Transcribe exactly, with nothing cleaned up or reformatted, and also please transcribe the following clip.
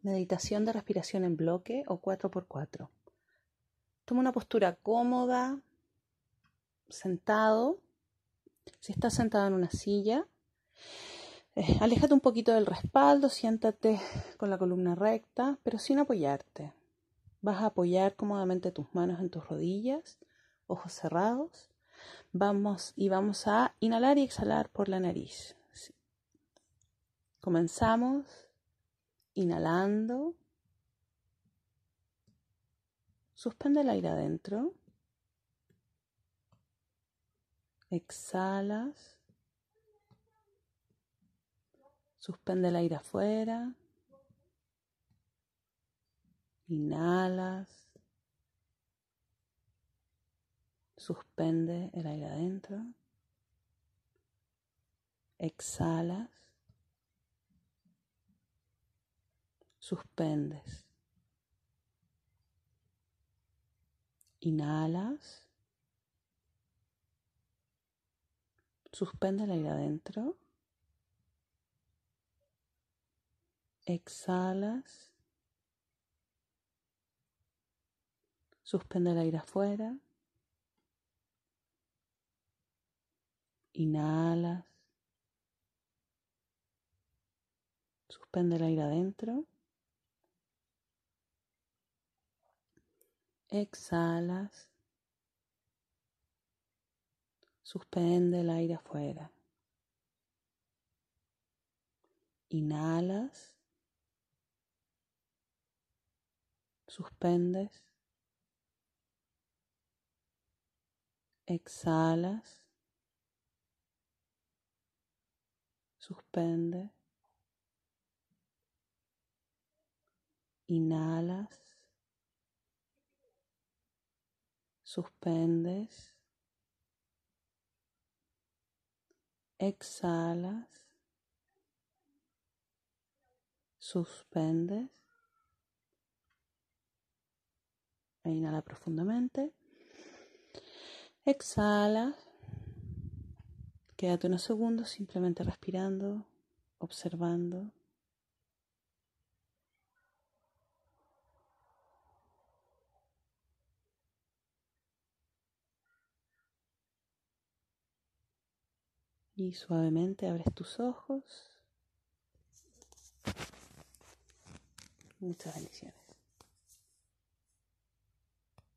Meditación de respiración en bloque o cuatro por cuatro. Toma una postura cómoda, sentado. Si estás sentado en una silla, eh, aléjate un poquito del respaldo, siéntate con la columna recta, pero sin apoyarte. Vas a apoyar cómodamente tus manos en tus rodillas, ojos cerrados. Vamos y vamos a inhalar y exhalar por la nariz. Sí. Comenzamos inhalando. Suspende el aire adentro. Exhalas. Suspende el aire afuera. Inhalas. Suspende el aire adentro. Exhalas. Suspendes. Inhalas. Suspende el aire adentro. Exhalas. Suspende el aire afuera. Inhalas. Suspende el aire adentro. Exhalas. Suspende el aire afuera. Inhalas. Suspendes. Exhalas. Suspende. Inhalas. Suspendes. Exhalas. Suspendes. E inhala profundamente. Exhala. Quédate unos segundos simplemente respirando, observando. Y suavemente abres tus ojos. Muchas bendiciones.